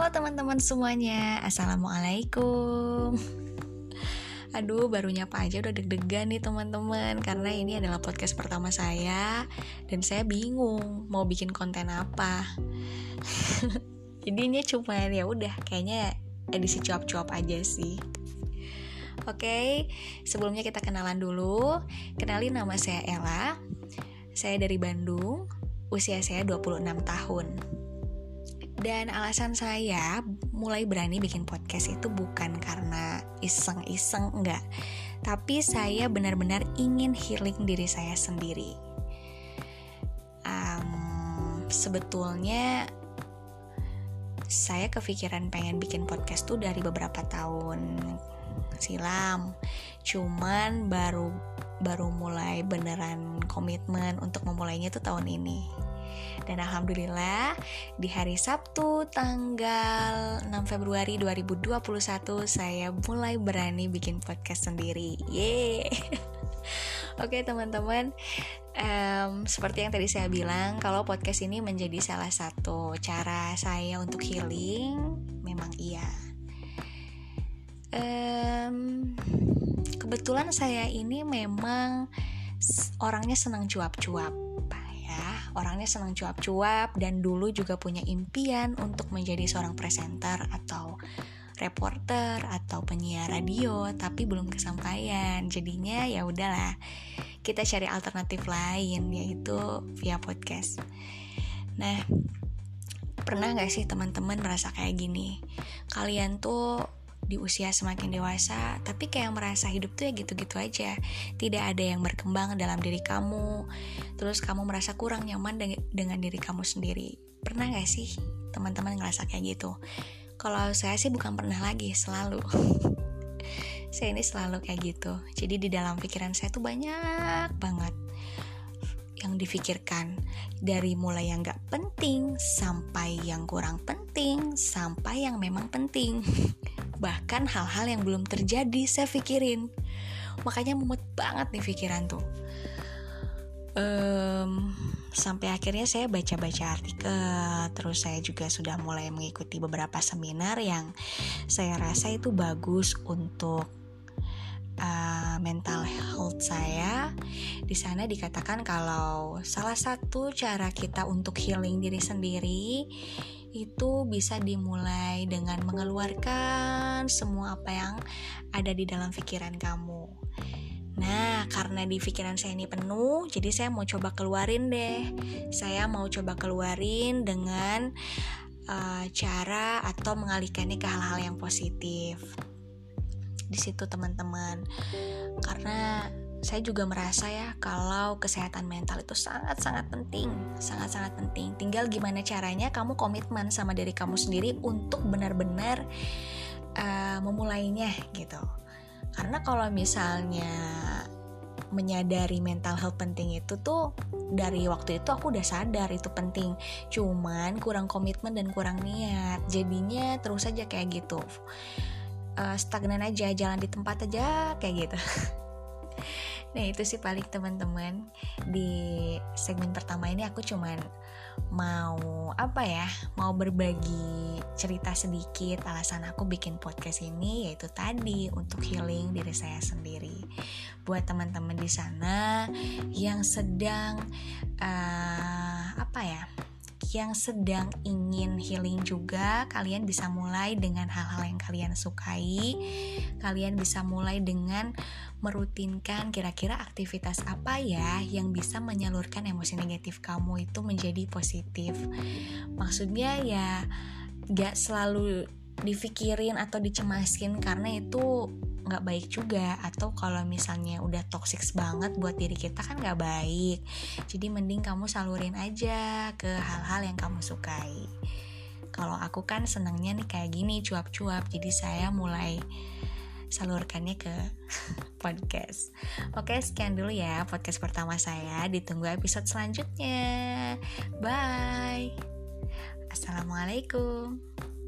Halo teman-teman semuanya, Assalamualaikum. Aduh, baru nyapa aja udah deg-degan nih teman-teman, karena ini adalah podcast pertama saya dan saya bingung mau bikin konten apa. Jadi ini cuma ya udah kayaknya edisi cuap-cuap aja sih. Oke, sebelumnya kita kenalan dulu. Kenalin, nama saya Ella. Saya dari Bandung, usia saya 26 tahun. Dan alasan saya mulai berani bikin podcast itu bukan karena iseng-iseng, enggak. Tapi saya benar-benar ingin healing diri saya sendiri. Sebetulnya saya kepikiran pengen bikin podcast tuh dari beberapa tahun silam. Cuman baru mulai beneran komitmen untuk memulainya tuh tahun ini. Dan alhamdulillah di hari Sabtu tanggal 6 Februari 2021 saya mulai berani bikin podcast sendiri. Yeay. Oke teman-teman, seperti yang tadi saya bilang, kalau podcast ini menjadi salah satu cara saya untuk healing, memang iya. Kebetulan saya ini memang orangnya senang cuap-cuap. Orangnya senang cuap-cuap dan dulu juga punya impian untuk menjadi seorang presenter atau reporter atau penyiar radio, tapi belum kesampaian. Jadinya ya udahlah, kita cari alternatif lain, yaitu via podcast. Nah, pernah gak sih teman-teman merasa kayak gini? Kalian tuh di usia semakin dewasa, tapi kayak merasa hidup tuh ya gitu-gitu aja. Tidak ada yang berkembang dalam diri kamu. Terus kamu merasa kurang nyaman dengan diri kamu sendiri. Pernah gak sih teman-teman ngerasa kayak gitu? Kalau saya sih bukan pernah lagi, selalu. Saya ini selalu kayak gitu. Jadi di dalam pikiran saya tuh banyak banget yang difikirkan, dari mulai yang gak penting sampai yang kurang penting sampai yang memang penting. Bahkan hal-hal yang belum terjadi saya pikirin. Makanya mumet banget nih pikiran tuh. Sampai akhirnya saya baca-baca artikel. Terus saya juga sudah mulai mengikuti beberapa seminar yang saya rasa itu bagus untuk mental health saya. Di sana dikatakan kalau salah satu cara kita untuk healing diri sendiri itu bisa dimulai dengan mengeluarkan semua apa yang ada di dalam pikiran kamu. Nah, karena di pikiran saya ini penuh, jadi saya mau coba keluarin deh. Saya mau coba keluarin dengan cara atau mengalihkannya ke hal-hal yang positif. Di situ teman-teman, karena saya juga merasa ya kalau kesehatan mental itu sangat-sangat penting, sangat-sangat penting. Tinggal gimana caranya kamu komitmen sama diri kamu sendiri untuk benar-benar memulainya gitu. Karena kalau misalnya menyadari mental health penting itu tuh dari waktu itu aku udah sadar itu penting, cuman kurang komitmen dan kurang niat. Jadinya terus aja kayak gitu, stagnan aja, jalan di tempat aja kayak gitu. Nah itu sih paling teman-teman. Di segmen pertama ini aku cuman mau berbagi cerita sedikit alasan aku bikin podcast ini, yaitu tadi untuk healing diri saya sendiri. Buat teman-teman di sana yang sedang yang sedang ingin healing juga, kalian bisa mulai dengan hal-hal yang kalian sukai. Kalian bisa mulai dengan merutinkan kira-kira aktivitas apa ya yang bisa menyalurkan emosi negatif kamu itu menjadi positif. Maksudnya ya gak selalu difikirin atau dicemasin, karena itu gak baik juga. Atau kalau misalnya udah toxic banget buat diri kita kan gak baik. Jadi mending kamu salurin aja ke hal-hal yang kamu sukai. Kalau aku kan senangnya nih kayak gini, cuap-cuap. Jadi saya mulai salurkannya ke podcast. Oke, sekian dulu ya podcast pertama saya. Ditunggu episode selanjutnya. Bye. Assalamualaikum.